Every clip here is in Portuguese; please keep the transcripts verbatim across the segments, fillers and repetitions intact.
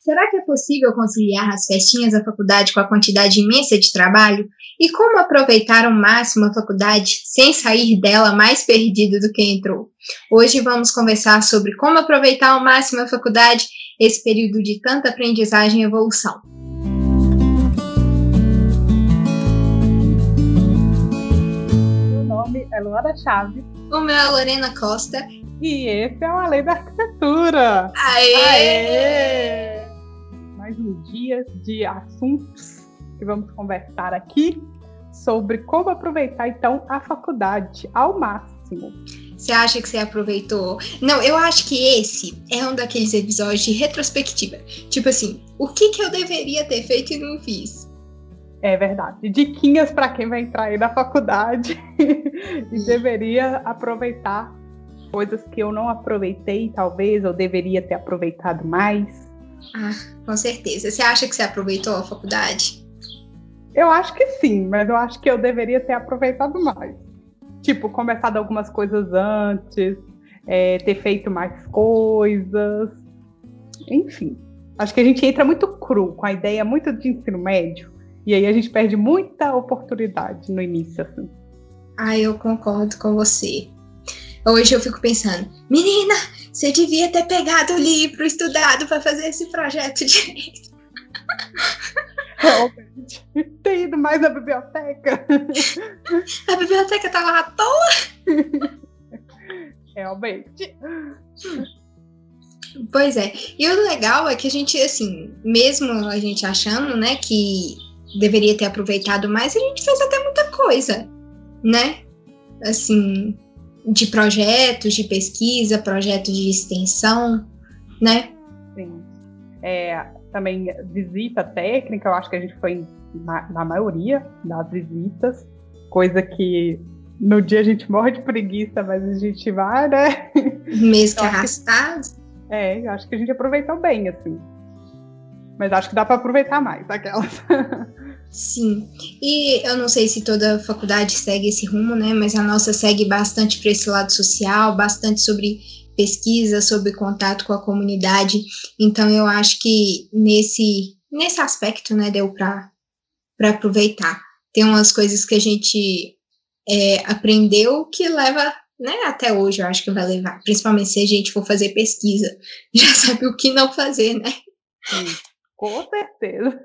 Será que é possível conciliar as festinhas da faculdade com a quantidade imensa de trabalho? E como aproveitar ao máximo a faculdade sem sair dela mais perdido do que entrou? Hoje vamos conversar sobre como aproveitar ao máximo a faculdade, esse período de tanta aprendizagem e evolução. Meu nome é Luana Chaves. O meu é Lorena Costa. E esse é o A Lei da Arquitetura. Aê! Aê! Mais um dia de assuntos que vamos conversar aqui sobre como aproveitar, então, a faculdade ao máximo. Você acha que você aproveitou? Não, eu acho que esse é um daqueles episódios de retrospectiva. Tipo assim, o que, que eu deveria ter feito e não fiz? É verdade. Diquinhas para quem vai entrar aí na faculdade e deveria aproveitar coisas que eu não aproveitei, talvez, eu deveria ter aproveitado mais. Ah, com certeza. Você acha que você aproveitou a faculdade? Eu acho que sim, mas eu acho que eu deveria ter aproveitado mais. Tipo, começado algumas coisas antes, é, ter feito mais coisas, enfim. Acho que a gente entra muito cru, com a ideia muito de ensino médio, e aí a gente perde muita oportunidade no início, assim. Ah, eu concordo com você. Hoje eu fico pensando, menina, você devia ter pegado o livro, estudado para fazer esse projeto direito. Realmente. Ter ido mais na biblioteca. A biblioteca tava à toa. Realmente. Pois é. E o legal é que a gente, assim, mesmo a gente achando, né, que deveria ter aproveitado mais, a gente fez até muita coisa, né? Assim, de projetos, de pesquisa, projetos de extensão, né? Sim. É, também visita técnica, eu acho que a gente foi na, na maioria das visitas, coisa que no dia a gente morre de preguiça, mas a gente vai, né? Mesmo que arrastado. É, eu acho que a gente aproveitou bem, assim. Mas acho que dá para aproveitar mais, aquelas. Sim, e eu não sei se toda faculdade segue esse rumo, né, mas a nossa segue bastante para esse lado social, bastante sobre pesquisa, sobre contato com a comunidade, então eu acho que nesse, nesse aspecto, né, deu para para aproveitar. Tem umas coisas que a gente é, aprendeu que leva, né, até hoje eu acho que vai levar, principalmente se a gente for fazer pesquisa, já sabe o que não fazer, né? Sim, com certeza.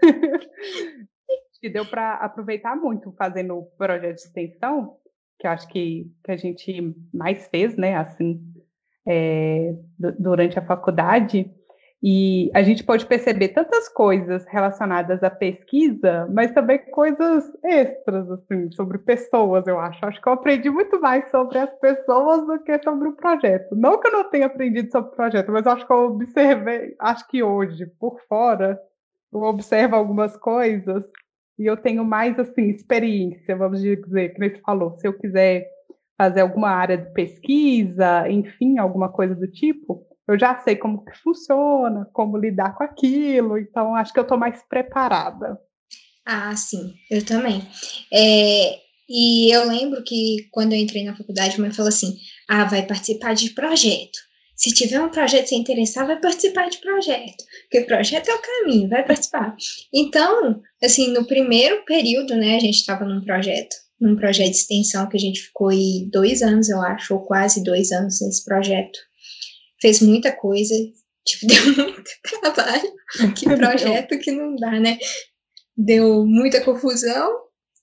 Que deu para aproveitar muito fazendo o projeto de extensão, que eu acho que, que a gente mais fez, né, assim, é, durante a faculdade, e a gente pode perceber tantas coisas relacionadas à pesquisa, mas também coisas extras, assim, sobre pessoas, eu acho. Acho que eu aprendi muito mais sobre as pessoas do que sobre o projeto. Não que eu não tenha aprendido sobre o projeto, mas acho que eu observei, acho que hoje, por fora, eu observo algumas coisas e eu tenho mais, assim, experiência, vamos dizer, que nem você falou, se eu quiser fazer alguma área de pesquisa, enfim, alguma coisa do tipo, eu já sei como que funciona, como lidar com aquilo, então acho que eu estou mais preparada. Ah, sim, eu também. É, e eu lembro que quando eu entrei na faculdade, a mãe falou assim, ah, vai participar de projeto. Se tiver um projeto sem interessar, vai participar de projeto. Porque projeto é o caminho, vai participar. Então, assim, no primeiro período, né, a gente estava num projeto, num projeto de extensão que a gente ficou aí dois anos, eu acho, ou quase dois anos nesse projeto. Fez muita coisa, tipo, deu muito trabalho. Que projeto que não dá, né? Deu muita confusão.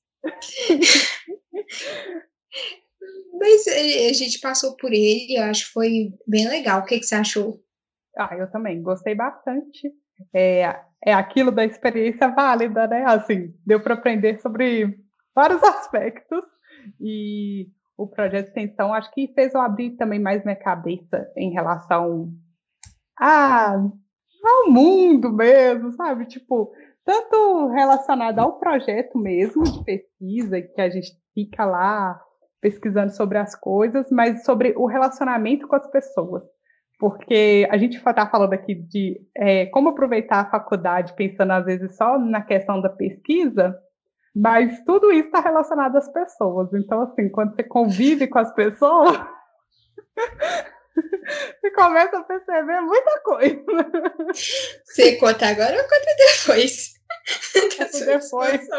Mas a gente passou por ele, eu acho que foi bem legal. O que, que você achou? Ah, eu também gostei bastante. É, é aquilo da experiência válida, né? Assim, deu para aprender sobre vários aspectos. E o projeto de extensão acho que fez eu abrir também mais minha cabeça em relação a, ao mundo mesmo, sabe? Tipo, tanto relacionado ao projeto mesmo de pesquisa, que a gente fica lá pesquisando sobre as coisas, mas sobre o relacionamento com as pessoas. Porque a gente está falando aqui de é, como aproveitar a faculdade, pensando às vezes só na questão da pesquisa, mas tudo isso está relacionado às pessoas. Então, assim, quando você convive com as pessoas, Você começa a perceber muita coisa. Você conta agora ou conta depois? Conta depois.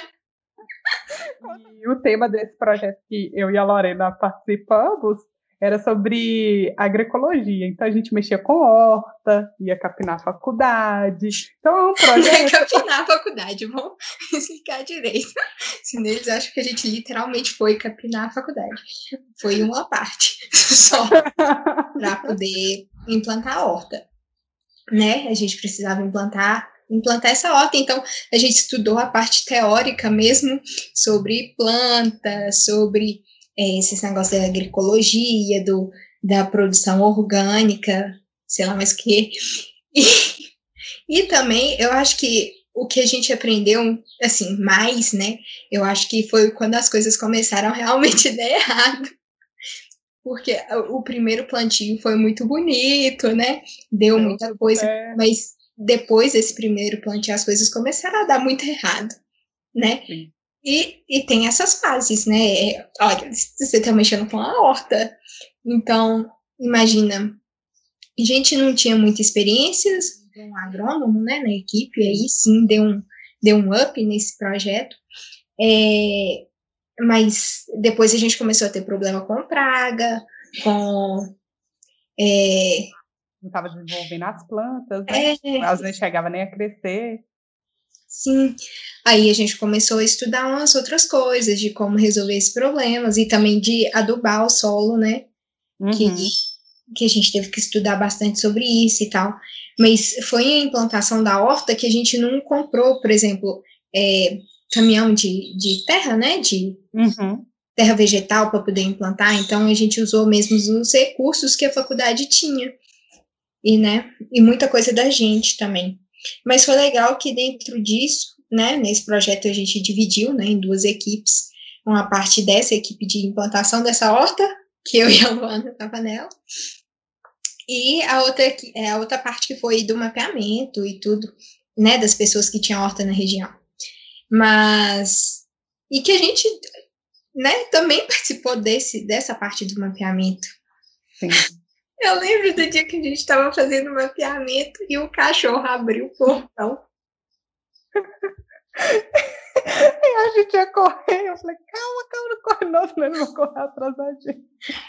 E o tema desse projeto que eu e a Lorena participamos era sobre agroecologia. Então a gente mexia com horta, ia capinar a faculdade. Então é um projeto. Capinar a faculdade, vamos explicar direito. Senão eles acham que a gente literalmente foi capinar a faculdade. Foi uma parte só para poder implantar a horta. Né? A gente precisava implantar, implantar essa horta, então a gente estudou a parte teórica mesmo sobre plantas, sobre é, esses negócios da agroecologia, do, da produção orgânica, sei lá mais o que. E, e também eu acho que o que a gente aprendeu, assim, mais, né? Eu acho que foi quando as coisas começaram a realmente dar errado. Porque o primeiro plantio foi muito bonito, né? Deu Deu muita tudo coisa, certo. mas depois desse primeiro plantio as coisas começaram a dar muito errado, né? Sim. E, e tem essas fases, né? Olha, você tá mexendo com a horta, então, imagina, a gente não tinha muita experiência, um agrônomo, né, na equipe, aí sim deu um, deu um up nesse projeto, é, mas depois a gente começou a ter problema com praga, com... É, não estava desenvolvendo as plantas, né? É, Elas não chegavam nem a crescer. Sim. Aí a gente começou a estudar umas outras coisas de como resolver esses problemas e também de adubar o solo, né? Uhum. Que, que a gente teve que estudar bastante sobre isso e tal. Mas foi a implantação da horta que a gente não comprou, por exemplo, é, caminhão de, de terra, né? De uhum. terra vegetal para poder implantar. Então a gente usou mesmo os recursos que a faculdade tinha. E, né? E muita coisa da gente também. Mas foi legal que dentro disso, né, nesse projeto a gente dividiu, né, em duas equipes, uma parte dessa equipe de implantação dessa horta, que eu e a Luana estava nela, e a outra, a outra parte que foi do mapeamento e tudo, né, das pessoas que tinham horta na região. Mas, e que a gente, né, também participou desse, dessa parte do mapeamento. Sim. Eu lembro do dia que a gente estava fazendo o mapeamento e o cachorro abriu o portão. E a gente ia correr. Eu falei, calma, calma, não corre não, senão ele vai correr atrás da gente.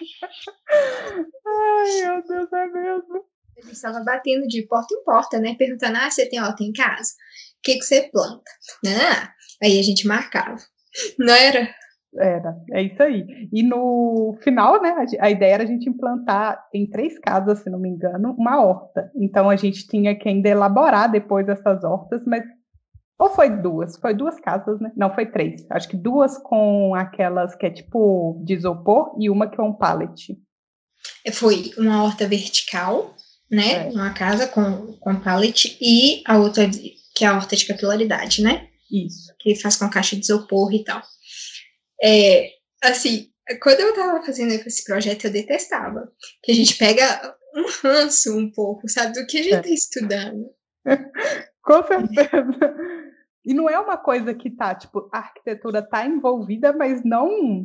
Ai, meu Deus, é mesmo. A gente estava batendo de porta em porta, né? Perguntando, ah, você tem horta em casa? O que, que você planta? Ah, aí a gente marcava. Não era? Era, é isso aí. E no final, né, a ideia era a gente implantar em três casas, se não me engano, uma horta. Então a gente tinha que ainda elaborar depois essas hortas, mas ou foi duas? Foi duas casas, né? Não, foi três. Acho que duas com aquelas que é tipo de isopor e uma que é um pallet. Foi uma horta vertical, né? É. Uma casa com, com pallet e a outra que é a horta de capilaridade, né? Isso. Que faz com caixa de isopor e tal. É, assim, quando eu tava fazendo esse projeto, eu detestava. Que a gente pega um ranço um pouco, sabe? Do que a gente é. tá estudando. Com certeza. E não é uma coisa que tá, tipo, a arquitetura tá envolvida, mas não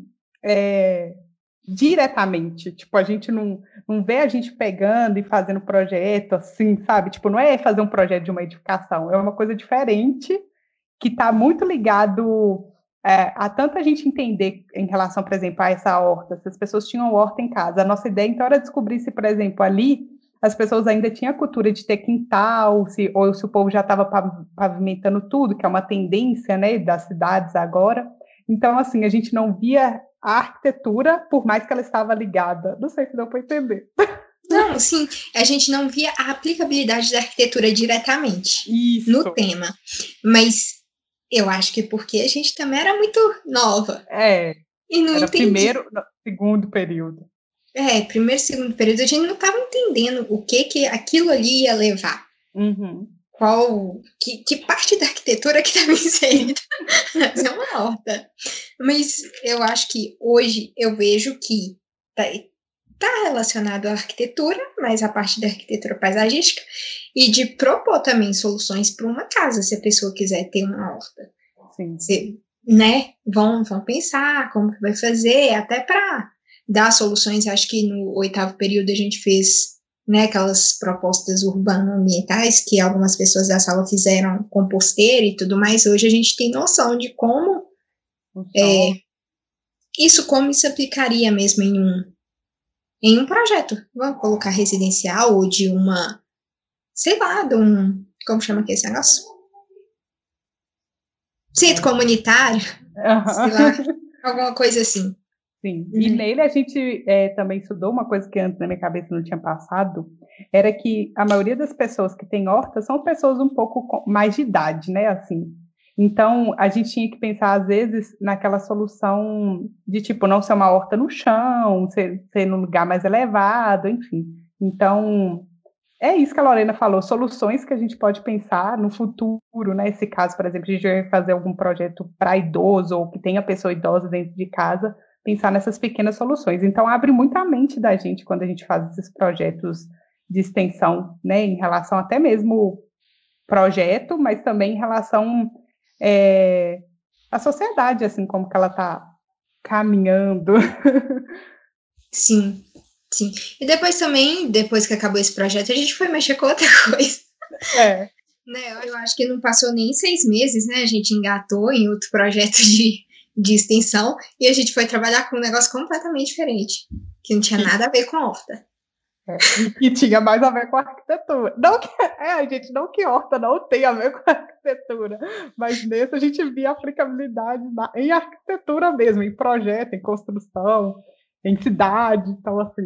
é, diretamente. Tipo, a gente não, não vê a gente pegando e fazendo projeto assim, sabe? Tipo, não é fazer um projeto de uma edificação, é uma coisa diferente que tá muito ligado é, a tanta gente entender em relação, por exemplo, a essa horta, se as pessoas tinham horta em casa. A nossa ideia, então, era descobrir se, por exemplo, ali as pessoas ainda tinham a cultura de ter quintal, se, ou se o povo já estava pavimentando tudo, que é uma tendência, né, das cidades agora. Então, assim, a gente não via a arquitetura, por mais que ela estava ligada. Não sei se deu para entender. Não, sim, a gente não via a aplicabilidade da arquitetura diretamente Isso. no tema, mas eu acho que porque a gente também era muito nova. É, e não era entendi. primeiro, segundo período. É, primeiro e segundo período, a gente não estava entendendo o que, que aquilo ali ia levar. Uhum. Qual, que, que parte da arquitetura que estava inserida fazer uma horta. Mas eu acho que hoje eu vejo que tá, tá relacionado à arquitetura, mas a parte da arquitetura paisagística, e de propor também soluções para uma casa, se a pessoa quiser ter uma horta. Sim. Se, né, vão, vão pensar como que vai fazer, até para dar soluções. Acho que no oitavo período a gente fez, né, aquelas propostas urbano-ambientais que algumas pessoas da sala fizeram com posteiro e tudo mais. Hoje a gente tem noção de como é, isso, como isso aplicaria mesmo em um, em um projeto. Vamos colocar residencial ou de uma, sei lá, de um, como chama aqui esse negócio? Centro comunitário, uhum. Sei lá, alguma coisa assim. Sim, uhum. E nele a gente é, também estudou uma coisa que antes na minha cabeça não tinha passado, era que a maioria das pessoas que tem horta são pessoas um pouco mais de idade, né, assim. Então, a gente tinha que pensar, às vezes, naquela solução de, tipo, não ser uma horta no chão, ser, ser num lugar mais elevado, enfim. Então, é isso que a Lorena falou, soluções que a gente pode pensar no futuro, né? Esse caso, por exemplo, a gente vai fazer algum projeto para idoso ou que tenha pessoa idosa dentro de casa, pensar nessas pequenas soluções. Então, abre muito a mente da gente quando a gente faz esses projetos de extensão, né? Em relação até mesmo projeto, mas também em relação é, à sociedade, assim, como que ela está caminhando. Sim. Sim. E depois também, depois que acabou esse projeto, a gente foi mexer com outra coisa. É. Né, eu acho que não passou nem seis meses, né? A gente engatou em outro projeto de, de extensão e a gente foi trabalhar com um negócio completamente diferente, que não tinha Sim. nada a ver com horta. É, e que tinha mais a ver com a arquitetura. Não que, é, a gente não que horta não tem a ver com a arquitetura, mas nesse a gente via a aplicabilidade na, em arquitetura mesmo, em projeto, em construção, em cidade, então assim.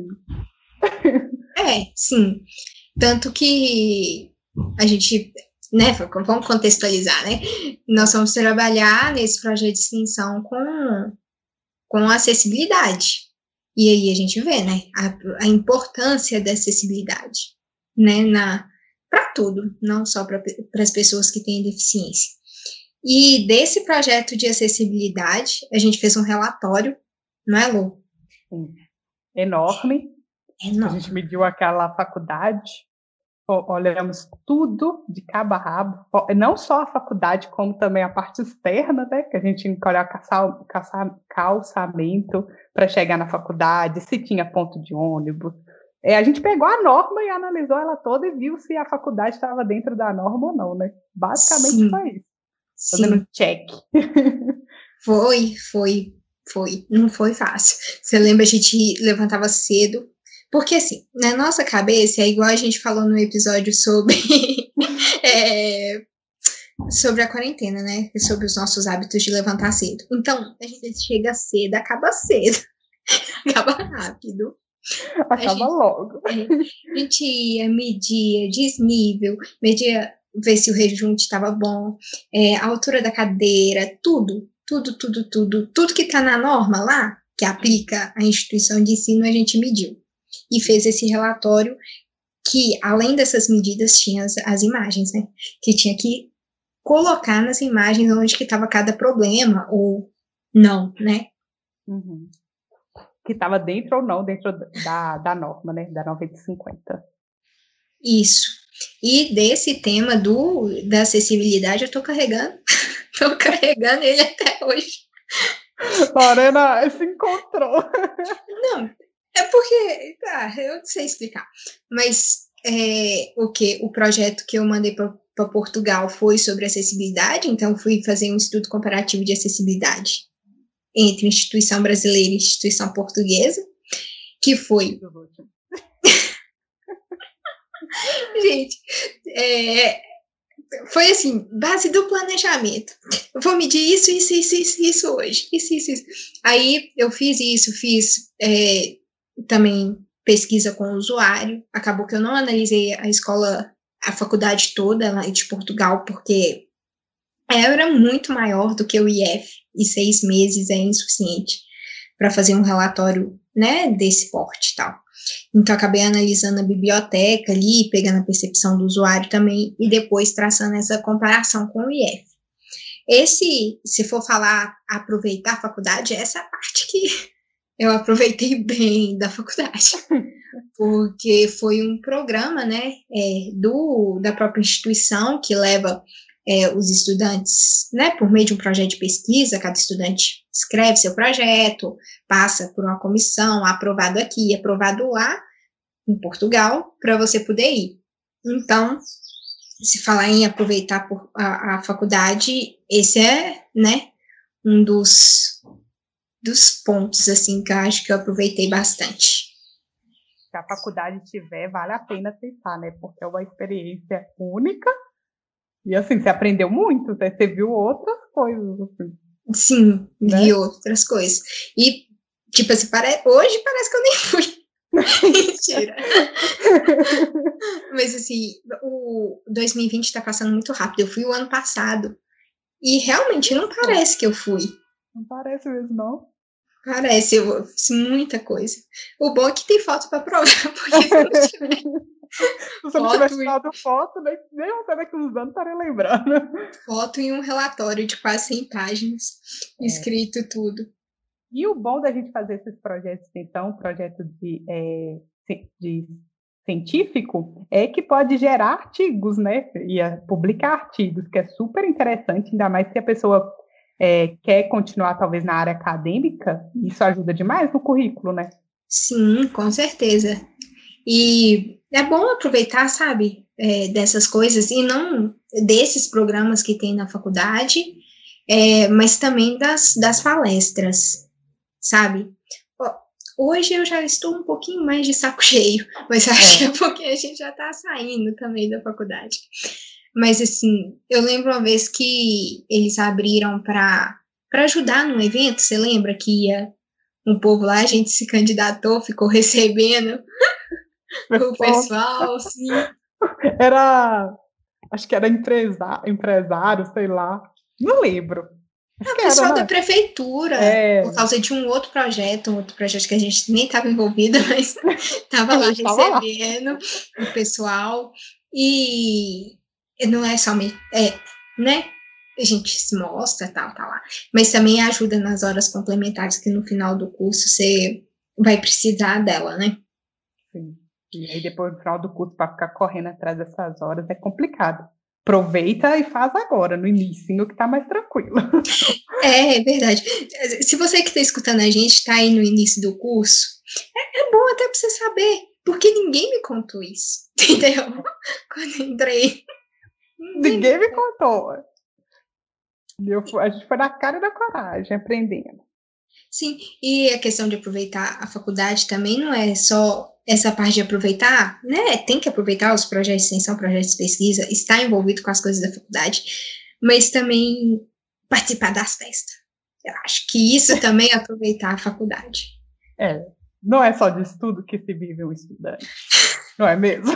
É, sim. Tanto que a gente, né, vamos contextualizar, né? Nós vamos trabalhar nesse projeto de extensão com, com acessibilidade. E aí a gente vê, né, a, a importância da acessibilidade, né, na para tudo, não só para as pessoas que têm deficiência. E desse projeto de acessibilidade, a gente fez um relatório, não é, Lu? Sim. Enorme. Enorme. A gente mediu aquela faculdade, olhamos tudo de cabo a rabo, não só a faculdade, como também a parte externa, né, que a gente tinha que olhar calça, calça, calçamento para chegar na faculdade, se tinha ponto de ônibus. É, a gente pegou a norma e analisou ela toda e viu se a faculdade estava dentro da norma ou não, né? Basicamente Sim. foi isso. Sim. Fazendo check. Foi, foi, foi. Não foi fácil. Você lembra, a gente levantava cedo, porque, assim, na nossa cabeça, é igual a gente falou no episódio sobre, é, sobre a quarentena, né? Sobre os nossos hábitos de levantar cedo. Então, a gente chega cedo, acaba cedo. Acaba rápido. Acaba a gente, logo. A gente ia, media desnível, media, ver se o rejunte estava bom, é, a altura da cadeira, tudo, tudo, tudo, tudo. Tudo que está na norma lá, que aplica a instituição de ensino, a gente mediu. E fez esse relatório que, além dessas medidas, tinha as, as imagens, né? Que tinha que colocar nas imagens onde que estava cada problema, ou não, né? Uhum. Que estava dentro ou não, dentro da, da norma, né? Da novecentos e cinquenta. Isso. E desse tema do, da acessibilidade, eu tô carregando, tô carregando ele até hoje. Lorena se encontrou. Não, é porque, tá, eu não sei explicar, mas é, o que o projeto que eu mandei para Portugal foi sobre acessibilidade, então fui fazer um estudo comparativo de acessibilidade entre instituição brasileira e instituição portuguesa, que foi... Gente, é, foi assim, base do planejamento. Eu vou medir isso, isso, isso, isso, isso hoje. Isso, isso, isso. Aí eu fiz isso, fiz é, também pesquisa com o usuário. Acabou que eu não analisei a escola, a faculdade toda lá de Portugal, porque era muito maior do que o I F, e seis meses é insuficiente para fazer um relatório, né, desse porte e tal. Então, acabei analisando a biblioteca ali, pegando a percepção do usuário também, e depois traçando essa comparação com o I F. Esse, se for falar aproveitar a faculdade, essa é a parte que eu aproveitei bem da faculdade, porque foi um programa, né, é, do, da própria instituição que leva é, os estudantes, né, por meio de um projeto de pesquisa, cada estudante escreve seu projeto, passa por uma comissão, aprovado aqui, aprovado lá, em Portugal, para você poder ir. Então, se falar em aproveitar por a, a faculdade, esse é, né, um dos, dos pontos, assim, que eu acho que eu aproveitei bastante. Se a faculdade tiver, vale a pena tentar, né? Porque é uma experiência única. E assim, você aprendeu muito, né? Você viu outras coisas, assim. Sim, né? vi outras coisas. E, tipo assim, pare... hoje parece que eu nem fui. Mentira. Mas, assim, o dois mil e vinte tá passando muito rápido. Eu fui o ano passado. E realmente não parece que eu fui. Não parece mesmo, não. Parece, eu fiz muita coisa. O bom é que tem foto para provar, porque se não tiver. Se você não tivesse tirado foto, nem, nem eu daqui uns anos estaria lembrando. Foto e um relatório de quase cem páginas, é. Escrito tudo. E o bom da gente fazer esses projetos, então, projeto de, é, de científico, é que pode gerar artigos, né? E publicar artigos, que é super interessante, ainda mais se a pessoa é, quer continuar, talvez, na área acadêmica, isso ajuda demais no currículo, né? Sim, com certeza. E é bom aproveitar, sabe, é, dessas coisas, e não desses programas que tem na faculdade, é, mas também das, das palestras, sabe? Hoje eu já estou um pouquinho mais de saco cheio, mas acho que é porque a gente já está saindo também da faculdade. Mas, assim, eu lembro uma vez que eles abriram para ajudar num evento, você lembra que ia um povo lá, a gente se candidatou, ficou recebendo o pessoal, sim. Era, acho que era empresa, empresário, sei lá, não lembro. É o pessoal era, da prefeitura, é... por causa de um outro projeto, um outro projeto que a gente nem estava envolvida, mas estava lá recebendo lá. O pessoal. E não é somente, é, né? A gente se mostra, tal, tá lá. Mas também ajuda nas horas complementares, que no final do curso você vai precisar dela, né? Sim. E aí depois no final do curso, para ficar correndo atrás dessas horas, é complicado. Aproveita e faz agora, no início, que tá mais tranquilo. É, é verdade. Se você que está escutando a gente está aí no início do curso, é, é bom até para você saber, porque ninguém me contou isso, entendeu? Quando eu entrei. Ninguém, ninguém me contou. Eu, a gente foi na cara e na coragem, aprendendo. Sim, e a questão de aproveitar a faculdade também não é só essa parte de aproveitar, né? Tem que aproveitar os projetos de extensão, projetos de pesquisa, estar envolvido com as coisas da faculdade, mas também participar das festas. Eu acho que isso também é aproveitar a faculdade. É, não é só de estudo que se vive um estudante, não é mesmo?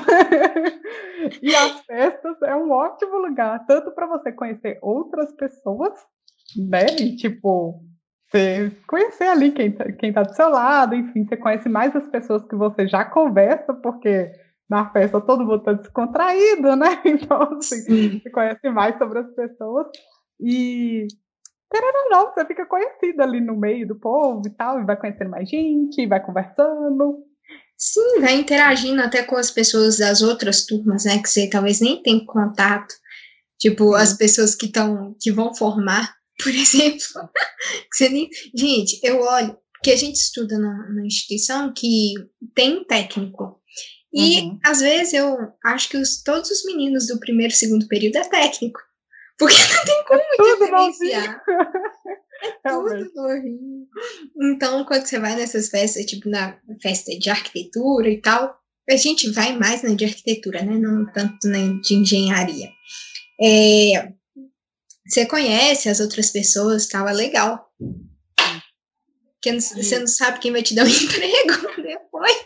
E as festas é um ótimo lugar, tanto para você conhecer outras pessoas, né? E, tipo, você conhecer ali quem tá, quem tá do seu lado, enfim, você conhece mais as pessoas que você já conversa, porque na festa todo mundo tá descontraído, né? Então, assim, Sim. Você conhece mais sobre as pessoas e, querendo ou não, você fica conhecida ali no meio do povo e tal, e vai conhecendo mais gente, vai conversando. Sim, vai interagindo até com as pessoas das outras turmas, né, que você talvez nem tenha contato, tipo, Sim. as pessoas que estão, que vão formar, por exemplo, que você nem, gente, eu olho, porque a gente estuda na, na instituição que tem técnico, e uhum. às vezes eu acho que os, todos os meninos do primeiro e segundo período é técnico, porque não tem como é diferenciar. É tudo novinho. Então, quando você vai nessas festas, tipo na festa de arquitetura e tal, a gente vai mais na de arquitetura, né? Não tanto na de engenharia. É, você conhece as outras pessoas, tal, é legal. Porque você não sabe quem vai te dar um emprego depois.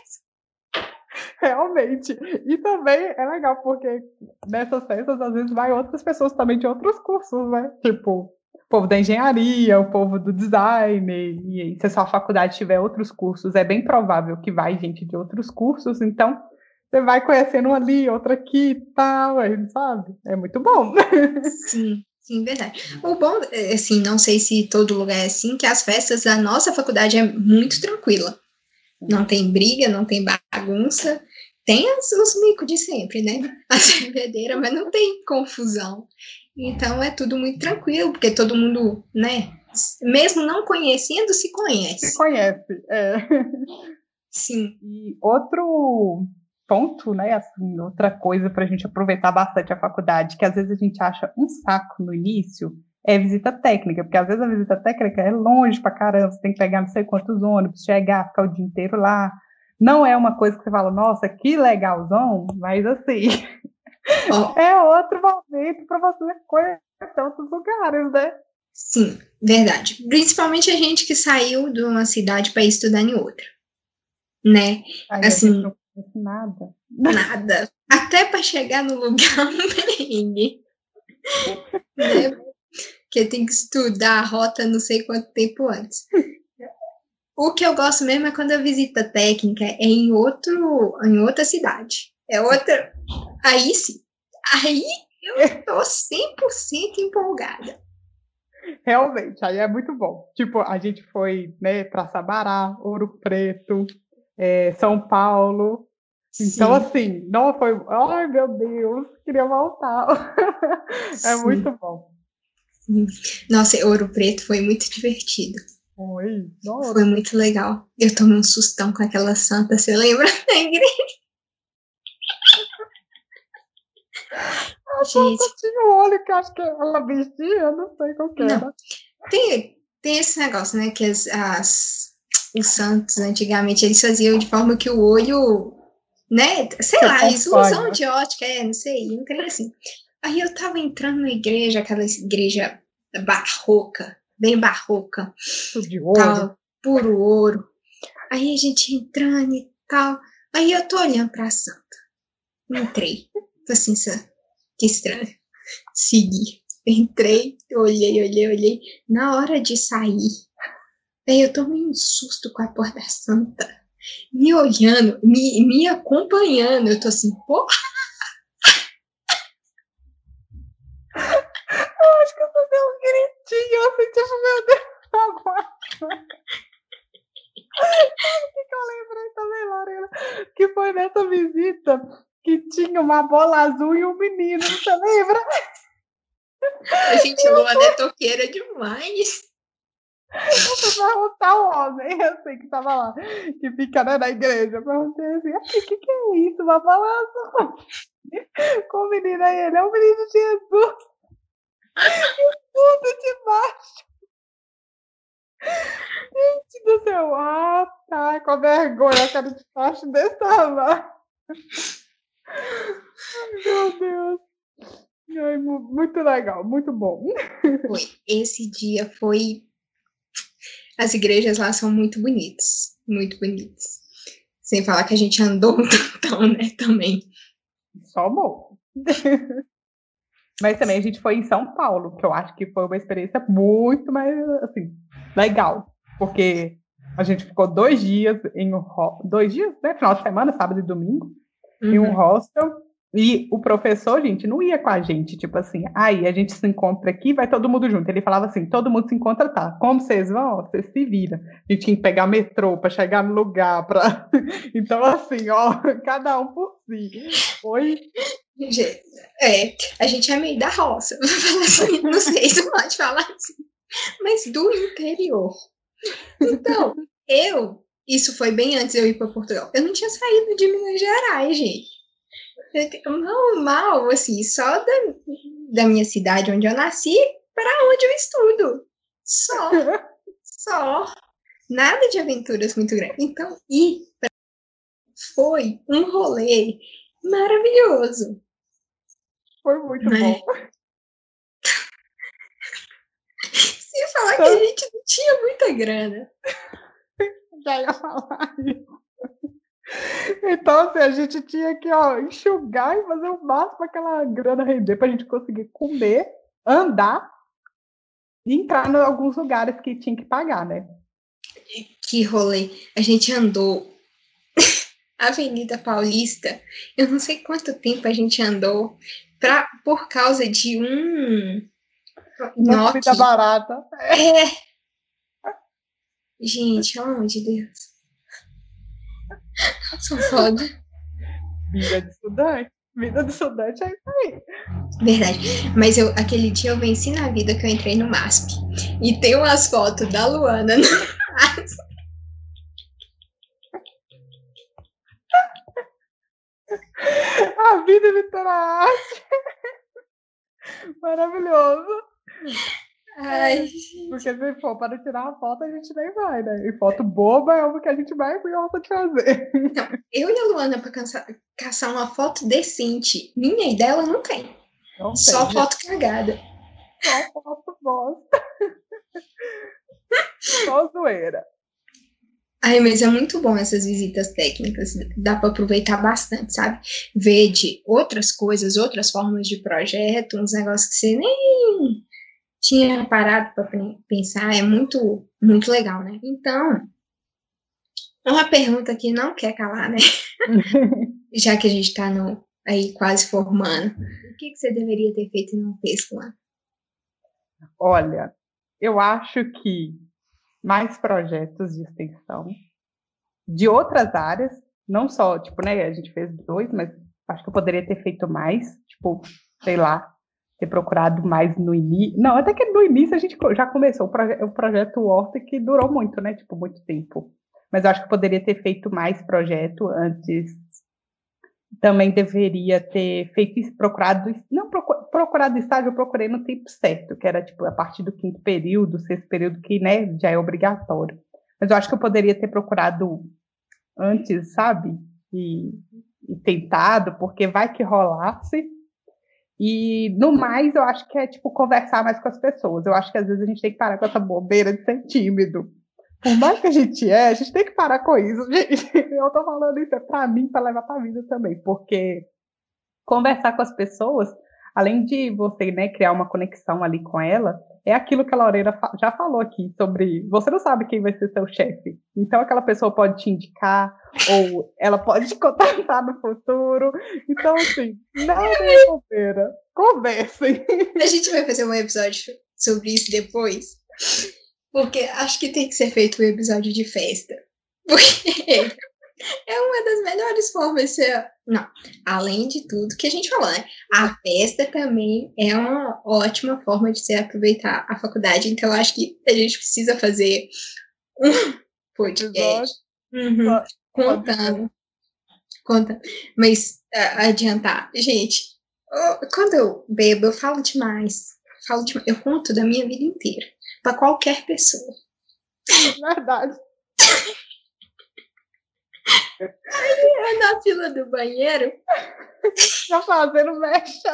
Realmente. E também é legal, porque nessas festas, às vezes, vai outras pessoas também de outros cursos, né? Tipo, o povo da engenharia, o povo do design, e se a sua faculdade tiver outros cursos, é bem provável que vai gente de outros cursos, então você vai conhecendo um ali, outro aqui e tal, sabe? É muito bom. Sim. Sim, verdade. O bom, assim, não sei se todo lugar é assim, que as festas da nossa faculdade é muito tranquila. Não tem briga, não tem bagunça. Tem os, os micos de sempre, né? A cervedeira, mas não tem confusão. Então é tudo muito tranquilo, porque todo mundo, né, mesmo não conhecendo, se conhece. Se conhece, é. Sim. E outro ponto, né, assim, outra coisa para a gente aproveitar bastante a faculdade, que às vezes a gente acha um saco no início, é visita técnica, porque às vezes a visita técnica é longe pra caramba, você tem que pegar não sei quantos ônibus, chegar, ficar o dia inteiro lá. Não é uma coisa que você fala, nossa, que legalzão, mas assim, oh. é outro momento para você conhecer outros lugares, né? Sim, verdade. Principalmente a gente que saiu de uma cidade para estudar em outra, né? Aí assim, a gente não conhece nada. Nada. Até para chegar no lugar um perrengue. Né? Porque tem que estudar a rota não sei quanto tempo antes. O que eu gosto mesmo é quando a visita técnica é em, outro, em outra cidade. É outra. Aí sim. Aí eu tô cem por cento empolgada. Realmente, aí é muito bom. Tipo, a gente foi, né, para Sabará, Ouro Preto, é, São Paulo. Então, sim. assim, não foi. Ai, meu Deus, queria voltar. É sim. Muito bom. Sim. Nossa, Ouro Preto foi muito divertido. Foi, foi muito legal. Eu tomei um sustão com aquela santa, você lembra? Na igreja. A santa tinha um olho que acho que ela vestia, não sei qual que era. Não. Tem, tem esse negócio, né, que as, as, os santos, antigamente, eles faziam de forma que o olho, né, sei que lá, acompanha. Ilusão de ótica, é, não sei, não tem assim. Aí eu tava entrando na igreja, aquela igreja barroca, bem barroca. Tudo de ouro. Tal, puro ouro. Aí a gente entrando e tal. Aí eu tô olhando pra santa. Entrei. Tô assim, que estranho. Segui. Entrei, olhei, olhei, olhei. Na hora de sair, aí eu tomei um susto com a porta santa. Me olhando, me, me acompanhando. Eu tô assim, porra. Eu acho que eu tô dando um gritinho, assim, tipo, meu Deus, agora. Sabe o que, que eu lembrei também, Lorena? Que foi nessa visita que tinha uma bola azul e um menino, você lembra? A gente, Luana é toqueira demais. Eu fui perguntar o homem, eu sei que tava lá, que fica, né, na igreja. Eu perguntei assim, o que, que é isso? Uma bola azul com o menino aí, ele é o menino de Jesus. E tudo debaixo. Gente do céu, ah, tá, com vergonha, a cara de baixo desse tamanho. Ai, meu Deus. Ai, muito legal, muito bom. Foi. Esse dia foi... As igrejas lá são muito bonitas, muito bonitas. Sem falar que a gente andou um tantão, né, também. Só bom. Mas também a gente foi em São Paulo, que eu acho que foi uma experiência muito mais, assim, legal. Porque a gente ficou dois dias em um dois dias, né? Final de semana, sábado e domingo, uhum. em um hostel. E o professor, gente, não ia com a gente, tipo assim, aí a gente se encontra aqui, vai todo mundo junto. Ele falava assim, todo mundo se encontra, tá? Como vocês vão? Vocês se viram. A gente tinha que pegar metrô para chegar no lugar, pra... Então, assim, ó, cada um por si. Foi... É, a gente é meio da roça, assim, não sei se pode falar assim, mas do interior. Então, eu, isso foi bem antes de eu ir para Portugal, eu não tinha saído de Minas Gerais, gente. Mal, mal, assim, só da, da minha cidade onde eu nasci para onde eu estudo. Só, só. Nada de aventuras muito grandes. Então, ir foi um rolê maravilhoso. Foi muito Mas... bom. Sem falar que a gente não tinha muita grana. Já ia falar isso. Então, assim, a gente tinha que, ó, enxugar e fazer o máximo para aquela grana render para a gente conseguir comer, andar e entrar em alguns lugares que tinha que pagar, né? Que rolê. A gente andou Avenida Paulista, eu não sei quanto tempo a gente andou pra, por causa de um uma comida barata. É. Gente, pelo amor de Deus. Sou foda. Vida de estudante. Vida de estudante é isso aí. Verdade. Mas eu, aquele dia eu venci na vida que eu entrei no M A S P. e tem umas fotos da Luana. A vida imitando a arte. Maravilhoso. Ai, porque se for para tirar a foto, a gente nem vai, né? E foto boba é o que a gente mais gosta de fazer. Então, eu e a Luana, para caçar uma foto decente, minha e dela não tem. Não Só tem, foto gente. Cagada. Só foto bosta. Só zoeira. Ai, mas é muito bom essas visitas técnicas, dá para aproveitar bastante, sabe? Ver de outras coisas, outras formas de projeto, uns negócios que você nem tinha parado para pensar, é muito, muito legal, né? Então, é uma pergunta que não quer calar, né? Já que a gente está aí quase formando, o que, que você deveria ter feito e não fez, lá? Olha, eu acho que mais projetos de extensão de outras áreas, não só, tipo, né, a gente fez dois, mas acho que eu poderia ter feito mais, tipo, sei lá, ter procurado mais no início. Não, até que no início a gente já começou o, proje o projeto Horta, que durou muito, né, tipo, muito tempo. Mas eu acho que eu poderia ter feito mais projeto antes. Também deveria ter feito procurado, não procurado estágio, eu procurei no tempo certo, que era tipo a partir do quinto período, sexto período, que, né, já é obrigatório. Mas eu acho que eu poderia ter procurado antes, sabe? E, e tentado, porque vai que rolasse. E no mais, eu acho que é tipo conversar mais com as pessoas. Eu acho que às vezes a gente tem que parar com essa bobeira de ser tímido. Por mais que a gente é, a gente tem que parar com isso, gente. Eu tô falando isso é pra mim, pra levar pra vida também, porque conversar com as pessoas, além de você, né, criar uma conexão ali com ela, é aquilo que a Lorena já falou aqui sobre, você não sabe quem vai ser seu chefe, então aquela pessoa pode te indicar, ou ela pode te contratar no futuro, então assim, não é bobeira, conversem. A gente vai fazer um episódio sobre isso depois, porque acho que tem que ser feito um episódio de festa. Porque é uma das melhores formas de ser. Não, além de tudo que a gente falou, né? A festa também é uma ótima forma de se aproveitar a faculdade. Então, acho que a gente precisa fazer um podcast uhum, contando. Contando. Mas uh, adiantar. Gente, eu, quando eu bebo, eu falo demais. Falo demais. Eu conto da minha vida inteira. Para qualquer pessoa. Verdade. Aí eu na fila do banheiro. Tá fazendo mecha.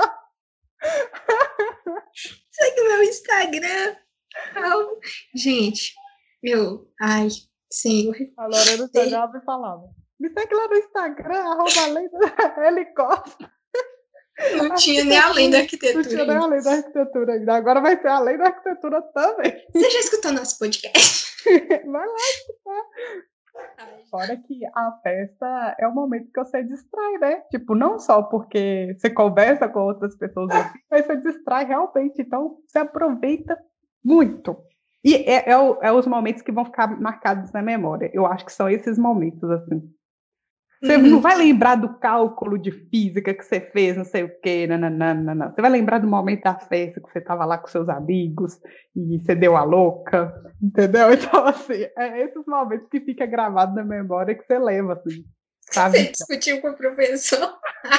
Segue meu Instagram. Oh, gente, eu. Ai, senhor. A Lorena chegava e falava: me segue lá no Instagram, arroba além da helicóptero. Não tinha nem além da arquitetura. Não tinha nem além da arquitetura ainda. Agora vai ser além da arquitetura também. Você já escutou nosso podcast? Vai lá escutar. Fora que a festa é o momento que você distrai, né? Tipo, não só porque você conversa com outras pessoas, mas você distrai realmente. Então, você aproveita muito. E é, é, o, é os momentos que vão ficar marcados na memória. Eu acho que são esses momentos, assim. Você uhum. não vai lembrar do cálculo de física que você fez, não sei o quê, não, não, não, não, não. Você vai lembrar do momento da festa que você estava lá com seus amigos e você deu a louca, entendeu? Então, assim, é esses momentos que fica gravado na memória que você leva, assim, sabe? Você discutiu com o professor?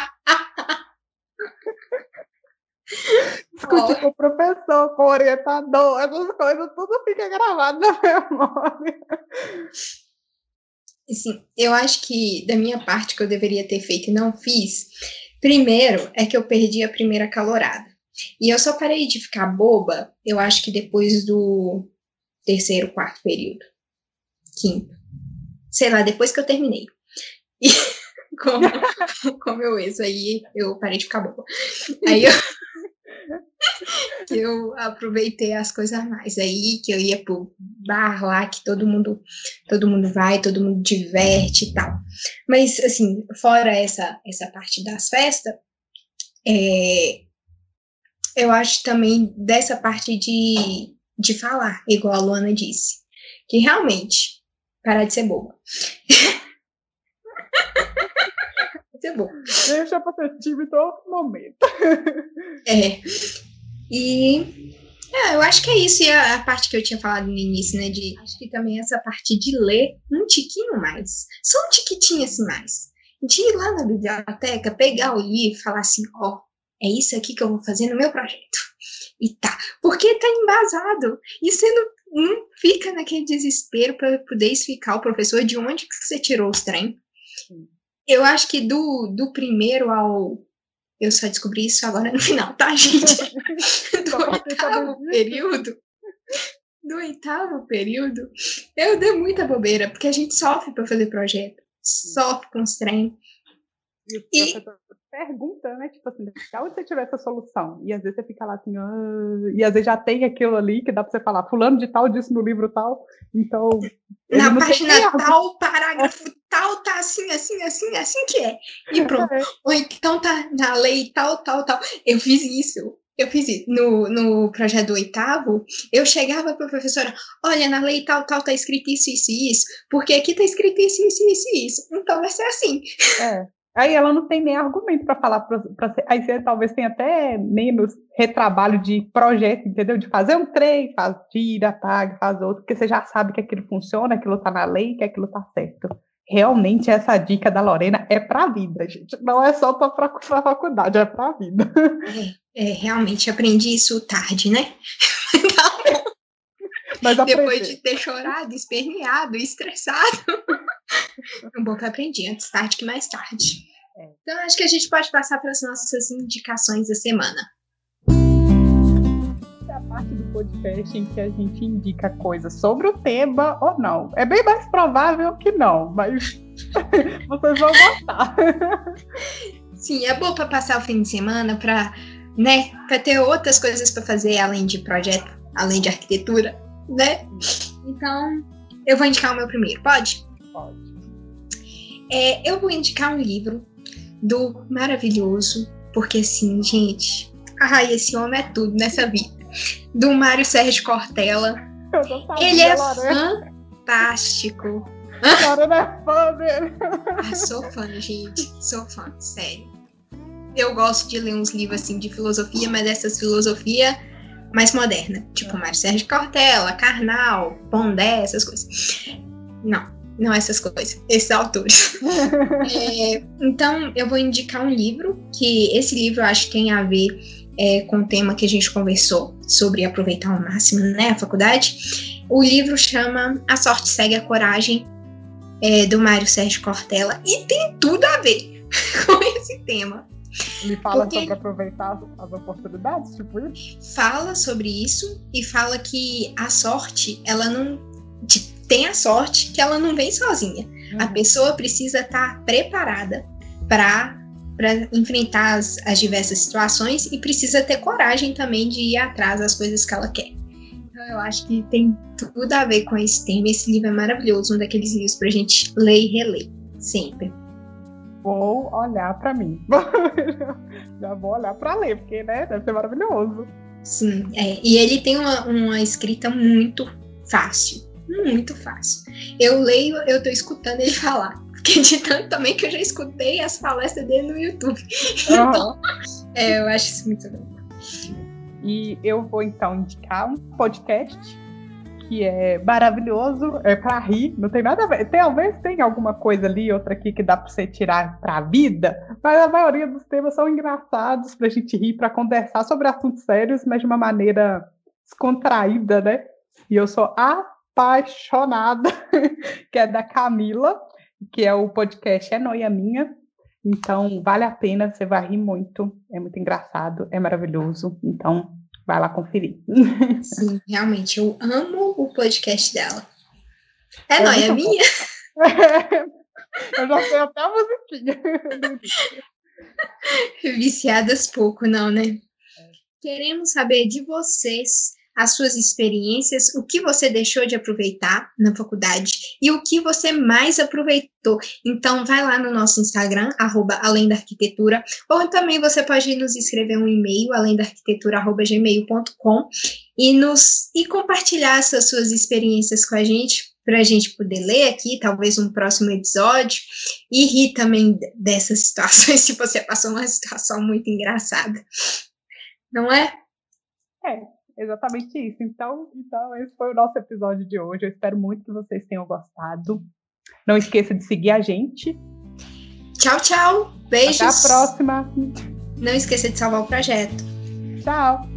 Discutir oh. com o professor, com o orientador, essas coisas, tudo fica gravado na memória. Assim, eu acho que da minha parte que eu deveria ter feito e não fiz, primeiro é que eu perdi a primeira calorada. E eu só parei de ficar boba, eu acho que depois do terceiro, quarto período. Quinto. Sei lá, depois que eu terminei. E com, com meu ex aí, eu parei de ficar boba. Aí eu... eu aproveitei as coisas a mais aí, que eu ia pro bar lá, que todo mundo, todo mundo vai, todo mundo diverte e tal. Mas, assim, fora essa, essa parte das festas, é, eu acho também dessa parte de, de falar, igual a Luana disse, que realmente, parar de ser boba. ser boba. Deixa pra ser tímido em outro momento. É. E É, eu acho que é isso, e a, a parte que eu tinha falado no início, né, de, acho que também essa parte de ler um tiquinho mais, só um tiquitinho assim mais, de ir lá na biblioteca, pegar o livro e falar assim, ó, oh, é isso aqui que eu vou fazer no meu projeto, e tá, porque tá embasado, e você não, não fica naquele desespero para poder explicar ao professor de onde que você tirou os trem. Eu acho que do, do primeiro ao... Eu só descobri isso agora no final, tá, gente? Do oitavo período, do oitavo período, eu dei muita bobeira, porque a gente sofre para fazer projeto, sofre com os trem. E o professor pergunta, né? Tipo assim, da onde você tiver essa solução? E às vezes você fica lá assim, ah... e às vezes já tem aquilo ali que dá para você falar, fulano de tal disse no livro tal, então... Na página tal, parágrafo tal, tá assim, assim, assim, assim que é. E pronto. É. Ou então tá na lei tal, tal, tal. Eu fiz isso. Eu fiz isso. No, no projeto do oitavo, eu chegava para a professora, olha, na lei tal, tal, tá escrito isso, isso e isso, porque aqui tá escrito isso, isso, isso e isso. Então vai ser assim. É. Aí ela não tem nem argumento para falar, pra, pra, aí você talvez tenha até menos retrabalho de projeto, entendeu? De fazer um trem, faz, tira, apaga, faz outro, porque você já sabe que aquilo funciona, aquilo está na lei, que aquilo está certo. Realmente essa dica da Lorena é para a vida, gente. Não é só para a faculdade, é para a vida. É, é, realmente aprendi isso tarde, né? Mas depois de ter chorado, esperneado, estressado. Um pouco aprendi, antes tarde que mais tarde. É. Então, acho que a gente pode passar para as nossas indicações da semana. É a parte do podcast em que a gente indica coisas sobre o tema ou não. É bem mais provável que não, mas vocês vão gostar. Sim, é bom para passar o fim de semana, para, né, para ter outras coisas para fazer além de projeto, além de arquitetura, né? Então, eu vou indicar o meu primeiro, pode? Pode. É, eu vou indicar um livro do maravilhoso, porque assim, gente, ai, esse homem é tudo nessa vida, do Mário Sérgio Cortella. Ele é Lorena. Fantástico. Lorena é fã dele. Ah, sou fã, gente, sou fã, sério. Eu gosto de ler uns livros assim de filosofia, mas essas filosofia mais moderna, tipo Mário Sérgio Cortella, Karnal, Pondé, essas coisas. Não. Não essas coisas, esses autores. é, então, eu vou indicar um livro, que esse livro eu acho que tem a ver é, com o tema que a gente conversou, sobre aproveitar ao máximo, né, a faculdade. O livro chama A Sorte Segue a Coragem, é, do Mário Sérgio Cortella, e tem tudo a ver com esse tema. Ele fala Porque sobre aproveitar as oportunidades, tipo isso? Fala sobre isso, e fala que a sorte, ela não... tem a sorte que ela não vem sozinha. Uhum. A pessoa precisa estar preparada para enfrentar as, as diversas situações e precisa ter coragem também de ir atrás das coisas que ela quer. Então eu acho que tem tudo a ver com esse tema. Esse livro é maravilhoso, um daqueles livros para a gente ler e reler, sempre. Vou olhar para mim. Já vou olhar para ler, porque, né, deve ser maravilhoso. Sim, é. E ele tem uma, uma escrita muito fácil. Muito fácil. Eu leio, eu tô escutando ele falar. Porque de tanto também que eu já escutei as palestras dele no YouTube. Uhum. Então, é, eu acho isso muito bom. E eu vou então indicar um podcast que é maravilhoso, é pra rir, não tem nada a ver. Talvez tenha alguma coisa ali, outra aqui que dá pra você tirar pra vida, mas a maioria dos temas são engraçados pra gente rir, pra conversar sobre assuntos sérios, mas de uma maneira descontraída, né? E eu sou a apaixonada, que é da Camila, que é o podcast É Noia Minha. Então, vale a pena, você vai rir muito, é muito engraçado, é maravilhoso. Então, vai lá conferir. Sim, realmente, eu amo o podcast dela. É, é Noia Minha? Eu já sei até a musiquinha. Viciadas pouco, não, né? É. Queremos saber de vocês as suas experiências, o que você deixou de aproveitar na faculdade e o que você mais aproveitou. Então, vai lá no nosso Instagram, arroba além da arquitetura, ou também você pode nos escrever um e-mail, além da arquitetura, arroba gmail ponto com, e, nos, e compartilhar essas suas experiências com a gente, para a gente poder ler aqui, talvez um próximo episódio, e rir também dessas situações, se você passou uma situação muito engraçada. Não é? É. Exatamente isso. Então, então, esse foi o nosso episódio de hoje. Eu espero muito que vocês tenham gostado. Não esqueça de seguir a gente. Tchau, tchau. Beijos. Até a próxima. Não esqueça de salvar o projeto. Tchau.